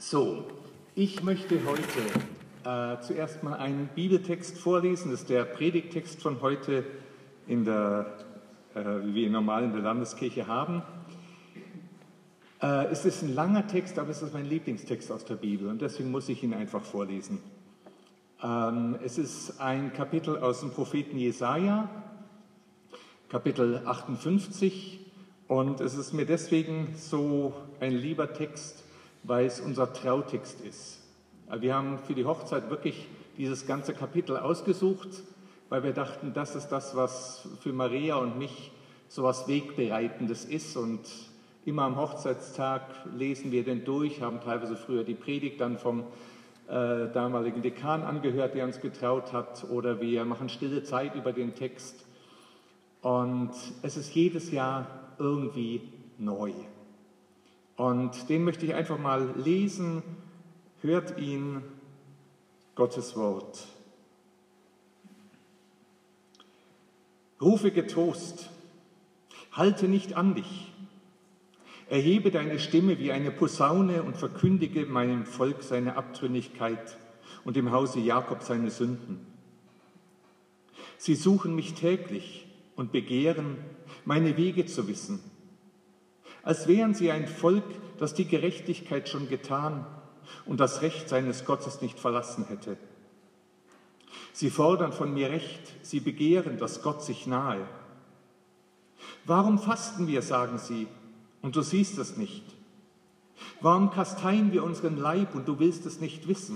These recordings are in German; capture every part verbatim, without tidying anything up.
So, ich möchte heute äh, zuerst mal einen Bibeltext vorlesen. Das ist der Predigttext von heute, in der, äh, wie wir ihn normal in der Landeskirche haben. Äh, es ist ein langer Text, aber es ist mein Lieblingstext aus der Bibel und deswegen muss ich ihn einfach vorlesen. Ähm, es ist ein Kapitel aus dem Propheten Jesaja, Kapitel achtundfünfzig, und es ist mir deswegen so ein lieber Text, weil es unser Trautext ist. Wir haben für die Hochzeit wirklich dieses ganze Kapitel ausgesucht, weil wir dachten, das ist das, was für Maria und mich so was Wegbereitendes ist. Und immer am Hochzeitstag lesen wir den durch, haben teilweise früher die Predigt dann vom äh, damaligen Dekan angehört, der uns getraut hat, oder wir machen stille Zeit über den Text. Und es ist jedes Jahr irgendwie neu. Und den möchte ich einfach mal lesen. Hört ihn, Gottes Wort. Rufe getrost, halte nicht an dich. Erhebe deine Stimme wie eine Posaune und verkündige meinem Volk seine Abtrünnigkeit und dem Hause Jakob seine Sünden. Sie suchen mich täglich und begehren, meine Wege zu wissen, als wären sie ein Volk, das die Gerechtigkeit schon getan und das Recht seines Gottes nicht verlassen hätte. Sie fordern von mir Recht, sie begehren, dass Gott sich nahe. Warum fasten wir, sagen sie, und du siehst es nicht? Warum kasteien wir unseren Leib und du willst es nicht wissen?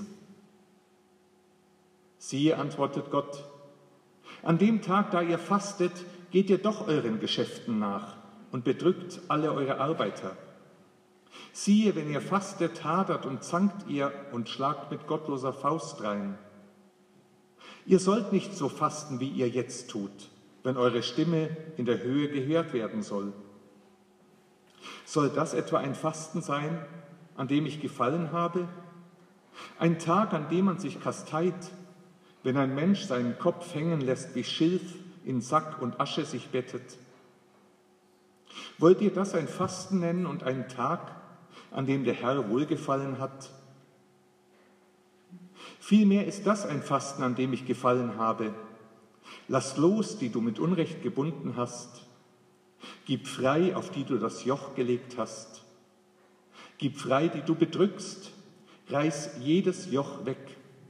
Siehe, antwortet Gott, an dem Tag, da ihr fastet, geht ihr doch euren Geschäften nach und bedrückt alle eure Arbeiter. Siehe, wenn ihr fastet, hadert und zankt ihr und schlagt mit gottloser Faust rein. Ihr sollt nicht so fasten, wie ihr jetzt tut, wenn eure Stimme in der Höhe gehört werden soll. Soll das etwa ein Fasten sein, an dem ich gefallen habe? Ein Tag, an dem man sich kasteit, wenn ein Mensch seinen Kopf hängen lässt wie Schilf, in Sack und Asche sich bettet? Wollt ihr das ein Fasten nennen und einen Tag, an dem der Herr wohlgefallen hat? Vielmehr ist das ein Fasten, an dem ich gefallen habe. Lass los, die du mit Unrecht gebunden hast. Gib frei, auf die du das Joch gelegt hast. Gib frei, die du bedrückst. Reiß jedes Joch weg.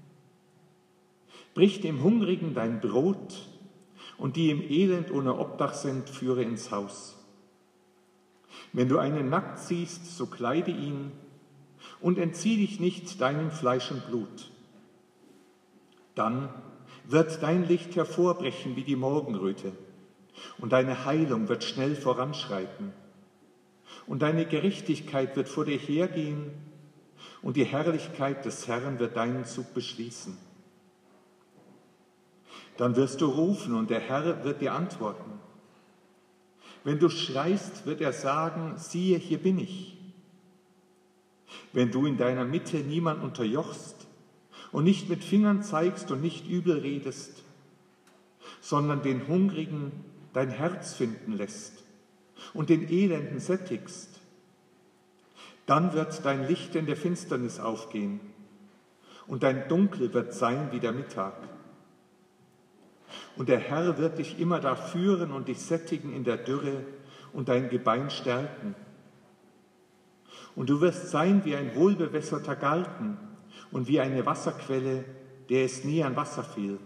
Brich dem Hungrigen dein Brot und die im Elend ohne Obdach sind, führe ins Haus. Wenn du einen nackt siehst, so kleide ihn und entzieh dich nicht deinem Fleisch und Blut. Dann wird dein Licht hervorbrechen wie die Morgenröte und deine Heilung wird schnell voranschreiten. Und deine Gerechtigkeit wird vor dir hergehen und die Herrlichkeit des Herrn wird deinen Zug beschließen. Dann wirst du rufen und der Herr wird dir antworten. Wenn du schreist, wird er sagen, siehe, hier bin ich. Wenn du in deiner Mitte niemand unterjochst und nicht mit Fingern zeigst und nicht übel redest, sondern den Hungrigen dein Herz finden lässt und den Elenden sättigst, dann wird dein Licht in der Finsternis aufgehen und dein Dunkel wird sein wie der Mittag. Und der Herr wird dich immer da führen und dich sättigen in der Dürre und dein Gebein stärken. Und du wirst sein wie ein wohlbewässerter Garten und wie eine Wasserquelle, der es nie an Wasser fehlt.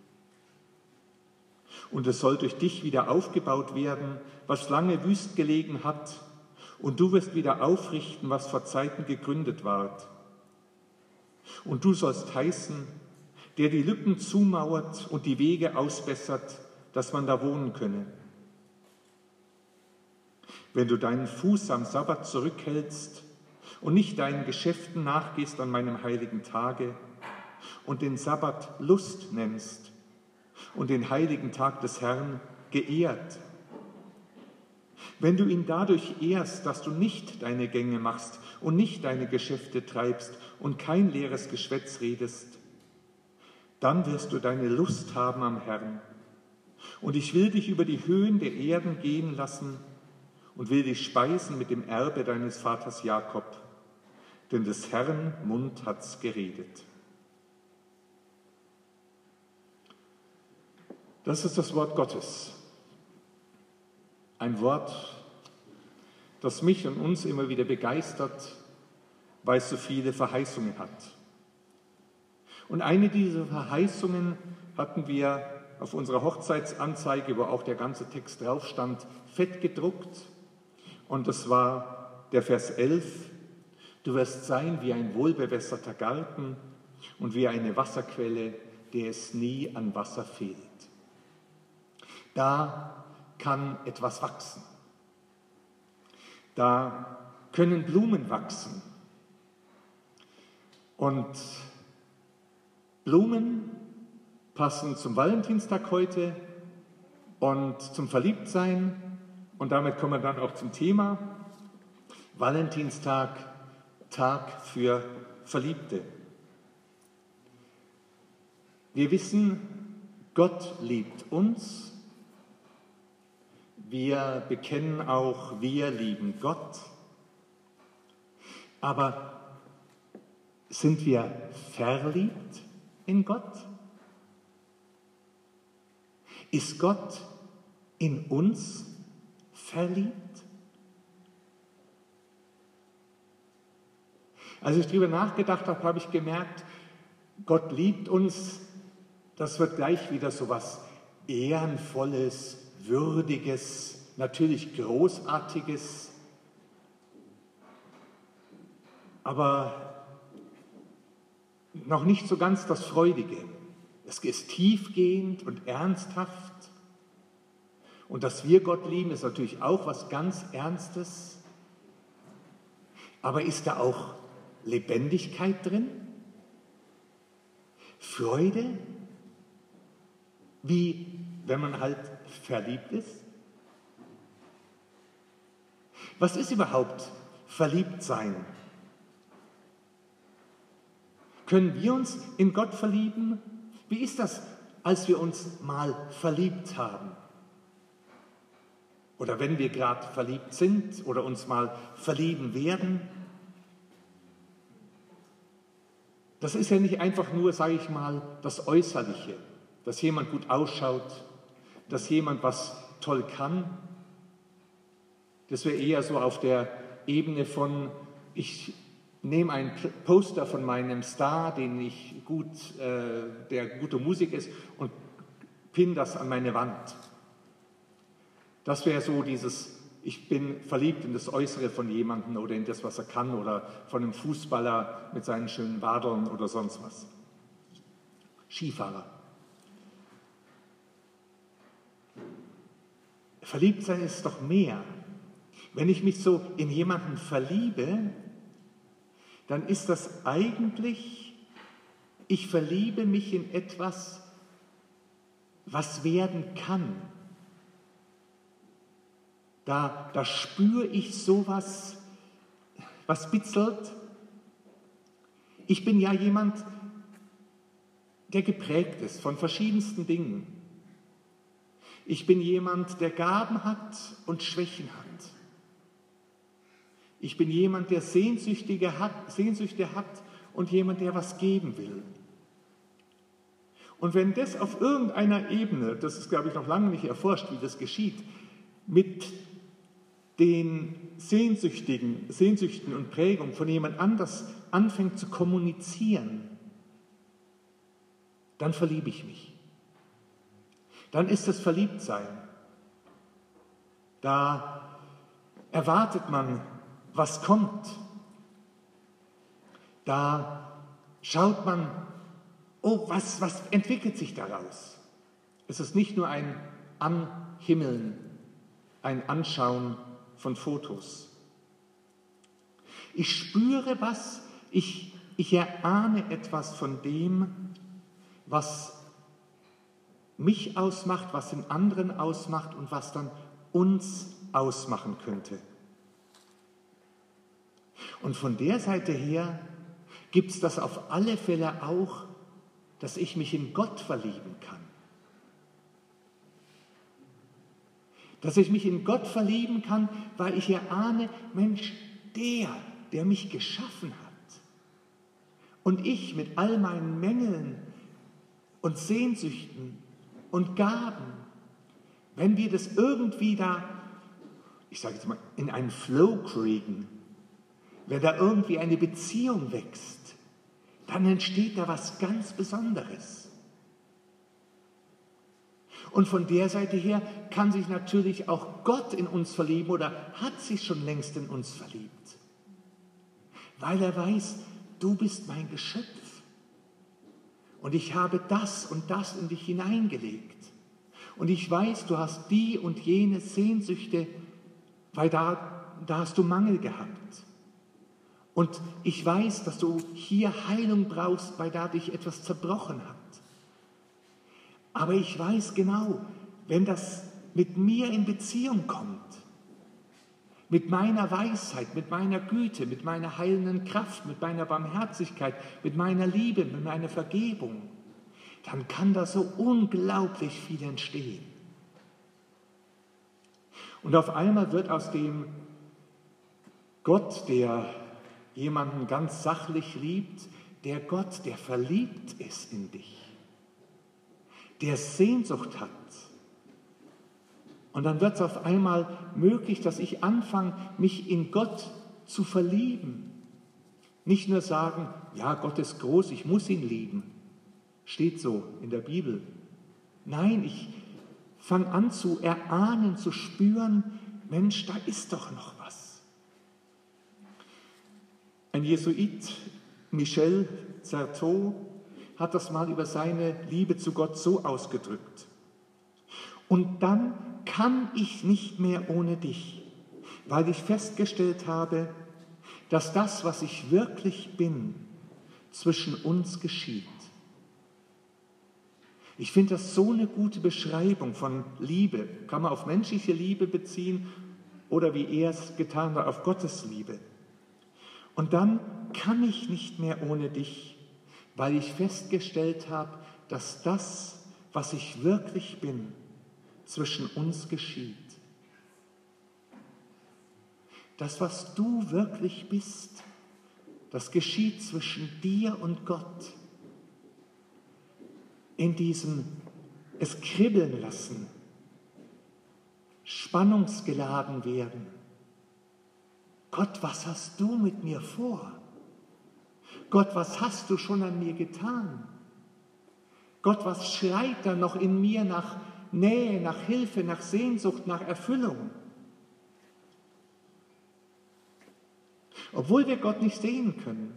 Und es soll durch dich wieder aufgebaut werden, was lange wüst gelegen hat, und du wirst wieder aufrichten, was vor Zeiten gegründet ward. Und du sollst heißen, der die Lücken zumauert und die Wege ausbessert, dass man da wohnen könne. Wenn du deinen Fuß am Sabbat zurückhältst und nicht deinen Geschäften nachgehst an meinem heiligen Tage und den Sabbat Lust nennst und den heiligen Tag des Herrn geehrt, wenn du ihn dadurch ehrst, dass du nicht deine Gänge machst und nicht deine Geschäfte treibst und kein leeres Geschwätz redest, dann wirst du deine Lust haben am Herrn. Und ich will dich über die Höhen der Erden gehen lassen und will dich speisen mit dem Erbe deines Vaters Jakob. denn des Herrn Mund hat's geredet. Das ist das Wort Gottes. Ein Wort, das mich und uns immer wieder begeistert, weil es so viele Verheißungen hat. Und eine dieser Verheißungen hatten wir auf unserer Hochzeitsanzeige, wo auch der ganze Text drauf stand, fett gedruckt. Und das war der Vers elf. Du wirst sein wie ein wohlbewässerter Garten und wie eine Wasserquelle, der es nie an Wasser fehlt. Da kann etwas wachsen. Da können Blumen wachsen. Und Blumen passen zum Valentinstag heute und zum Verliebtsein. Und damit kommen wir dann auch zum Thema. Valentinstag, Tag für Verliebte. Wir wissen, Gott liebt uns. Wir bekennen auch, wir lieben Gott. Aber sind wir verliebt in Gott? Ist Gott in uns verliebt? Als ich darüber nachgedacht habe, habe ich gemerkt, Gott liebt uns, das wird gleich wieder so was Ehrenvolles, Würdiges, natürlich Großartiges, aber noch nicht so ganz das Freudige. Es ist tiefgehend und ernsthaft. Und dass wir Gott lieben, ist natürlich auch was ganz Ernstes. Aber ist da auch Lebendigkeit drin? Freude? Wie wenn man halt verliebt ist? Was ist überhaupt Verliebtsein? Können wir uns in Gott verlieben? Wie ist das, als wir uns mal verliebt haben? Oder wenn wir gerade verliebt sind oder uns mal verlieben werden? Das ist ja nicht einfach nur, sage ich mal, das Äußerliche, dass jemand gut ausschaut, dass jemand was toll kann. Das wäre eher so auf der Ebene von, ich nehme ein Poster von meinem Star, den ich gut, äh, der gute Musik ist, und pinne das an meine Wand. Das wäre so dieses, ich bin verliebt in das Äußere von jemandem oder in das, was er kann, oder von einem Fußballer mit seinen schönen Wadeln oder sonst was. Skifahrer. Verliebtsein ist doch mehr. Wenn ich mich so in jemanden verliebe, dann ist das eigentlich, ich verliebe mich in etwas, was werden kann. Da, da spüre ich sowas, was bitzelt. Ich bin ja jemand, der geprägt ist von verschiedensten Dingen. Ich bin jemand, der Gaben hat und Schwächen hat. Ich bin jemand, der Sehnsüchtige hat, Sehnsüchte hat und jemand, der was geben will. Und wenn das auf irgendeiner Ebene, das ist, glaube ich, noch lange nicht erforscht, wie das geschieht, mit den Sehnsüchtigen, Sehnsüchten und Prägungen von jemand anders anfängt zu kommunizieren, dann verliebe ich mich. Dann ist das Verliebtsein. Da erwartet man, was kommt. Da schaut man, oh, was, was entwickelt sich daraus? Es ist nicht nur ein Anhimmeln, ein Anschauen von Fotos. Ich spüre was, ich, ich erahne etwas von dem, was mich ausmacht, was den anderen ausmacht und was dann uns ausmachen könnte. Und von der Seite her gibt es das auf alle Fälle auch, dass ich mich in Gott verlieben kann. Dass ich mich in Gott verlieben kann, weil ich erahne, Mensch, der, der mich geschaffen hat, Und ich mit all meinen Mängeln und Sehnsüchten und Gaben, wenn wir das irgendwie da, ich sage jetzt mal, in einen Flow kriegen, wenn da irgendwie eine Beziehung wächst, dann entsteht da was ganz Besonderes. Und von der Seite her kann sich natürlich auch Gott in uns verlieben oder hat sich schon längst in uns verliebt. Weil er weiß, du bist mein Geschöpf. Und ich habe das und das in dich hineingelegt. Und ich weiß, du hast die und jene Sehnsüchte, weil da, da hast du Mangel gehabt. Und ich weiß, dass du hier Heilung brauchst, weil da dich etwas zerbrochen hat. Aber ich weiß genau, wenn das mit mir in Beziehung kommt, mit meiner Weisheit, mit meiner Güte, mit meiner heilenden Kraft, mit meiner Barmherzigkeit, mit meiner Liebe, mit meiner Vergebung, dann kann da so unglaublich viel entstehen. Und auf einmal wird aus dem Gott, der jemanden ganz sachlich liebt, der Gott, der verliebt ist in dich, der Sehnsucht hat. Und dann wird es auf einmal möglich, dass ich anfange, mich in Gott zu verlieben. Nicht nur sagen, ja, Gott ist groß, ich muss ihn lieben. Steht so in der Bibel. Nein, ich fange an zu erahnen, zu spüren, Mensch, da ist doch noch was. Ein Jesuit, Michel Certeau, hat das mal über seine Liebe zu Gott so ausgedrückt. Und dann kann ich nicht mehr ohne dich, weil ich festgestellt habe, dass das, was ich wirklich bin, zwischen uns geschieht. Ich finde das so eine gute Beschreibung von Liebe. Kann man auf menschliche Liebe beziehen oder wie er es getan hat, auf Gottes Liebe. Und dann kann ich nicht mehr ohne dich, weil ich festgestellt habe, dass das, was ich wirklich bin, zwischen uns geschieht. Das, was du wirklich bist, das geschieht zwischen dir und Gott. In diesem es kribbeln lassen, spannungsgeladen werden. Gott, was hast du mit mir vor? Gott, was hast du schon an mir getan? Gott, was schreit da noch in mir nach Nähe, nach Hilfe, nach Sehnsucht, nach Erfüllung? Obwohl wir Gott nicht sehen können,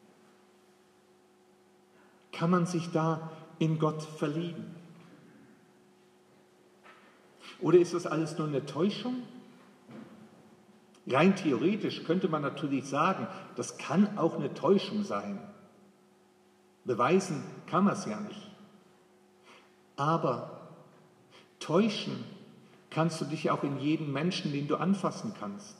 kann man sich da in Gott verlieben. Oder ist das alles nur eine Täuschung? Rein theoretisch könnte man natürlich sagen, das kann auch eine Täuschung sein. Beweisen kann man es ja nicht. Aber täuschen kannst du dich auch in jeden Menschen, den du anfassen kannst.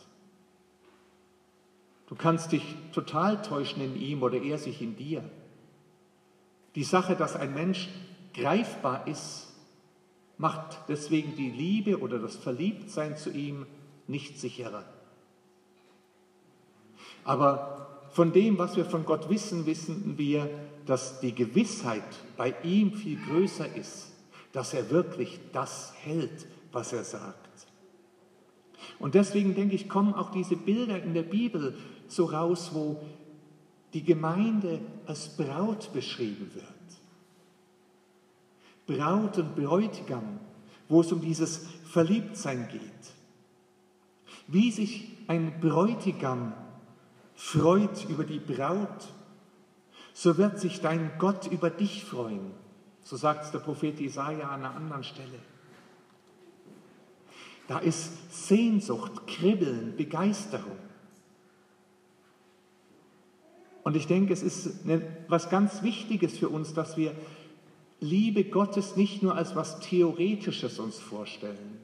Du kannst dich total täuschen in ihm oder er sich in dir. Die Sache, dass ein Mensch greifbar ist, macht deswegen die Liebe oder das Verliebtsein zu ihm nicht sicherer. Aber von dem, was wir von Gott wissen, wissen wir, dass die Gewissheit bei ihm viel größer ist, dass er wirklich das hält, was er sagt. Und deswegen denke ich, kommen auch diese Bilder in der Bibel so raus, wo die Gemeinde als Braut beschrieben wird. Braut und Bräutigam, wo es um dieses Verliebtsein geht. Wie sich ein Bräutigam freut über die Braut, so wird sich dein Gott über dich freuen. So sagt es der Prophet Jesaja an einer anderen Stelle. Da ist Sehnsucht, Kribbeln, Begeisterung. Und ich denke, es ist eine, was ganz Wichtiges für uns, dass wir Liebe Gottes nicht nur als was Theoretisches uns vorstellen.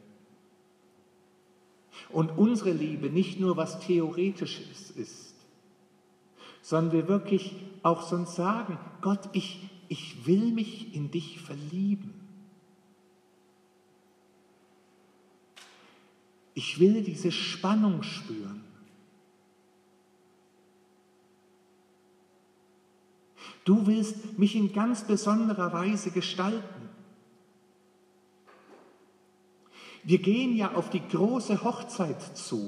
Und unsere Liebe nicht nur was Theoretisches ist, sondern wir wirklich auch sonst sagen, Gott, ich, ich will mich in dich verlieben. Ich will diese Spannung spüren. Du willst mich in ganz besonderer Weise gestalten. Wir gehen ja auf die große Hochzeit zu.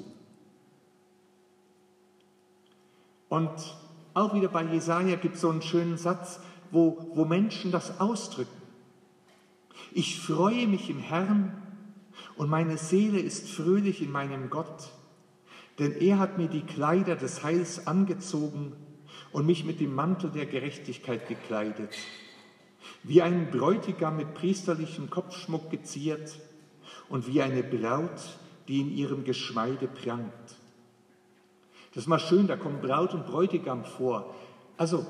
Und auch wieder bei Jesaja gibt es so einen schönen Satz, wo, wo Menschen das ausdrücken. Ich freue mich im Herrn und meine Seele ist fröhlich in meinem Gott, denn er hat mir die Kleider des Heils angezogen und mich mit dem Mantel der Gerechtigkeit gekleidet, wie ein Bräutigam mit priesterlichem Kopfschmuck geziert und wie eine Braut, die in ihrem Geschmeide prangt. Das ist mal schön, da kommen Braut und Bräutigam vor. Also,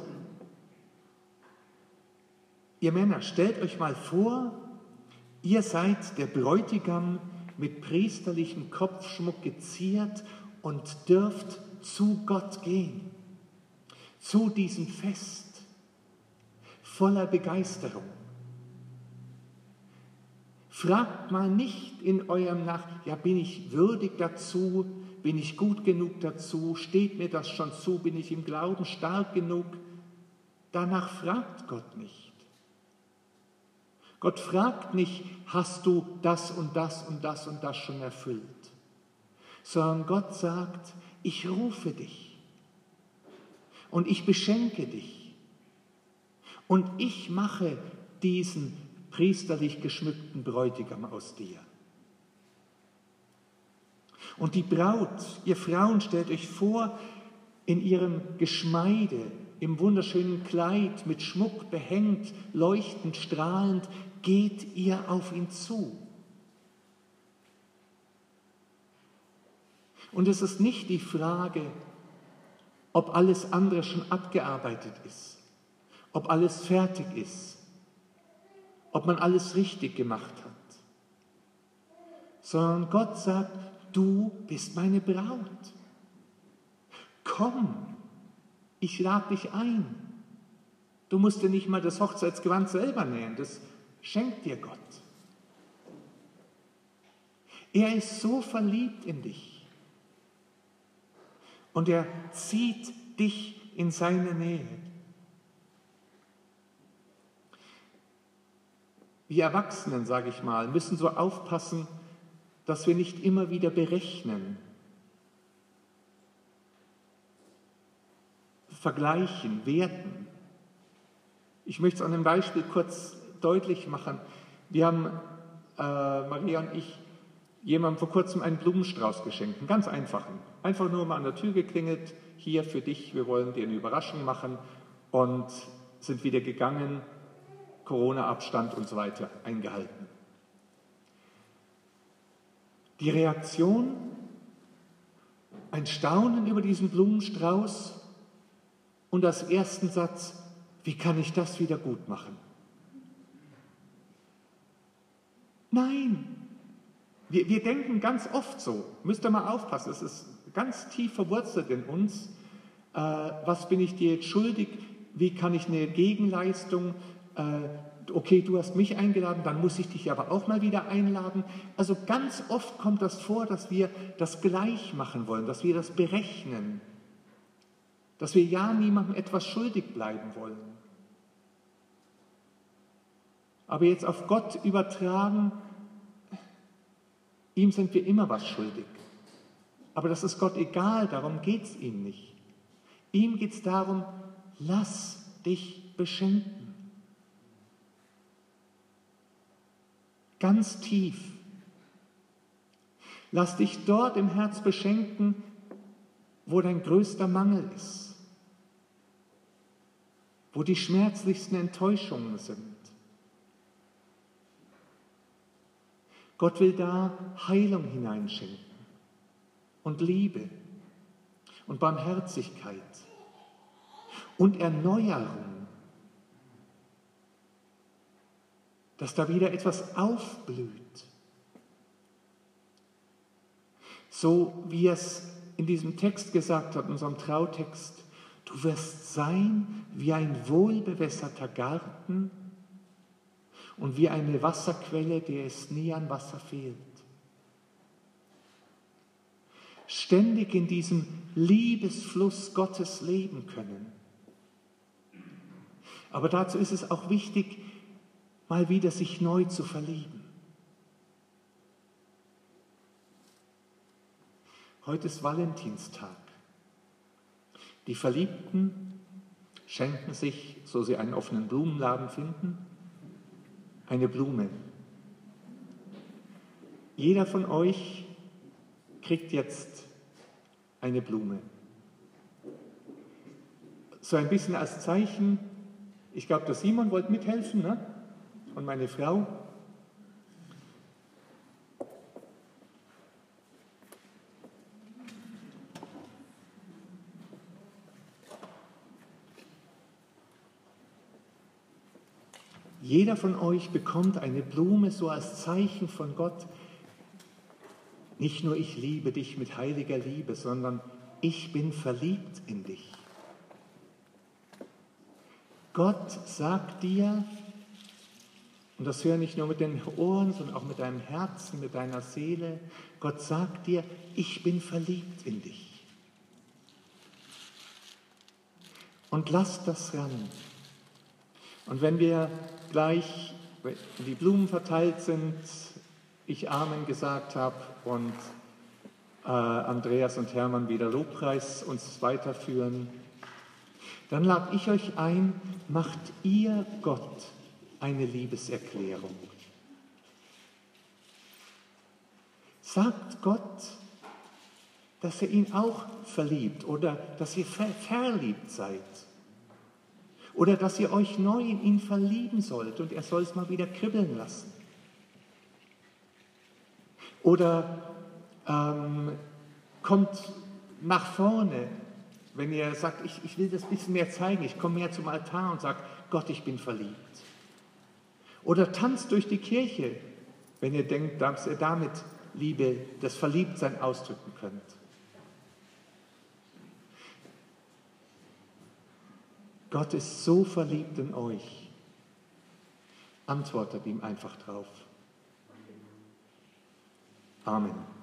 ihr Männer, stellt euch mal vor, ihr seid der Bräutigam mit priesterlichem Kopfschmuck geziert und dürft zu Gott gehen, zu diesem Fest, voller Begeisterung. Fragt mal nicht in eurem Nach, ja, bin ich würdig dazu, bin ich gut genug dazu, steht mir das schon zu, bin ich im Glauben stark genug? Danach fragt Gott nicht. Gott fragt nicht, hast du das und das und das und das schon erfüllt? Sondern Gott sagt, ich rufe dich und ich beschenke dich und ich mache diesen priesterlich geschmückten Bräutigam aus dir. Und die Braut, ihr Frauen, stellt euch vor, in ihrem Geschmeide, im wunderschönen Kleid, mit Schmuck behängt, leuchtend, strahlend, geht ihr auf ihn zu. Und es ist nicht die Frage, ob alles andere schon abgearbeitet ist, ob alles fertig ist, ob man alles richtig gemacht hat, sondern Gott sagt, du bist meine Braut. Komm, ich lade dich ein. Du musst dir nicht mal das Hochzeitsgewand selber nähen, das schenkt dir Gott. Er ist so verliebt in dich und er zieht dich in seine Nähe. Wir Erwachsenen, sage ich mal, müssen so aufpassen, dass wir nicht immer wieder berechnen, vergleichen, werten. Ich möchte es an einem Beispiel kurz deutlich machen. Wir haben, äh, Maria und ich, jemandem vor kurzem einen Blumenstrauß geschenkt, einen ganz einfachen. Einfach nur mal an der Tür geklingelt, hier für dich, wir wollen dir eine Überraschung machen und sind wieder gegangen, Corona-Abstand und so weiter eingehalten. Die Reaktion, ein Staunen über diesen Blumenstrauß und als ersten Satz, wie kann ich das wieder gut machen? Nein, wir, wir denken ganz oft so, müsst ihr mal aufpassen, es ist ganz tief verwurzelt in uns, äh, was bin ich dir jetzt schuldig, wie kann ich eine Gegenleistung, äh, okay, du hast mich eingeladen, dann muss ich dich aber auch mal wieder einladen. Also ganz oft kommt das vor, dass wir das gleich machen wollen, dass wir das berechnen, dass wir ja niemandem etwas schuldig bleiben wollen. Aber jetzt auf Gott übertragen, ihm sind wir immer was schuldig. Aber das ist Gott egal, darum geht es ihm nicht. Ihm geht es darum, lass dich beschenken. Ganz tief. Lass dich dort im Herz beschenken, wo dein größter Mangel ist, wo die schmerzlichsten Enttäuschungen sind. Gott will da Heilung hineinschenken und Liebe und Barmherzigkeit und Erneuerung, dass da wieder etwas aufblüht. So wie es in diesem Text gesagt hat, in unserem Trautext, du wirst sein wie ein wohlbewässerter Garten und wie eine Wasserquelle, der es nie an Wasser fehlt. Ständig in diesem Liebesfluss Gottes leben können. Aber dazu ist es auch wichtig, mal wieder sich neu zu verlieben. Heute ist Valentinstag. Die Verliebten schenken sich, so sie einen offenen Blumenladen finden, eine Blume. Jeder von euch kriegt jetzt eine Blume. So ein bisschen als Zeichen, ich glaube, der Simon wollte mithelfen, ne? Und meine Frau. Jeder von euch bekommt eine Blume so als Zeichen von Gott. Nicht nur ich liebe dich mit heiliger Liebe, sondern ich bin verliebt in dich. Gott sagt dir, und das höre nicht nur mit den Ohren, sondern auch mit deinem Herzen, mit deiner Seele, Gott sagt dir, ich bin verliebt in dich. Und lass das ran. Und wenn wir gleich, wenn die Blumen verteilt sind, ich Amen gesagt habe und äh, Andreas und Hermann wieder Lobpreis uns weiterführen, dann lade ich euch ein, macht ihr Gott eine Liebeserklärung. Sagt Gott, dass ihr ihn auch verliebt oder dass ihr ver- verliebt seid. Oder dass ihr euch neu in ihn verlieben sollt und er soll es mal wieder kribbeln lassen. Oder ähm, kommt nach vorne, wenn ihr sagt, ich, ich will das ein bisschen mehr zeigen, ich komme mehr zum Altar und sage, Gott, ich bin verliebt. Oder tanzt durch die Kirche, wenn ihr denkt, dass ihr damit Liebe, das Verliebtsein ausdrücken könnt. Gott ist so verliebt in euch. Antwortet ihm einfach drauf. Amen.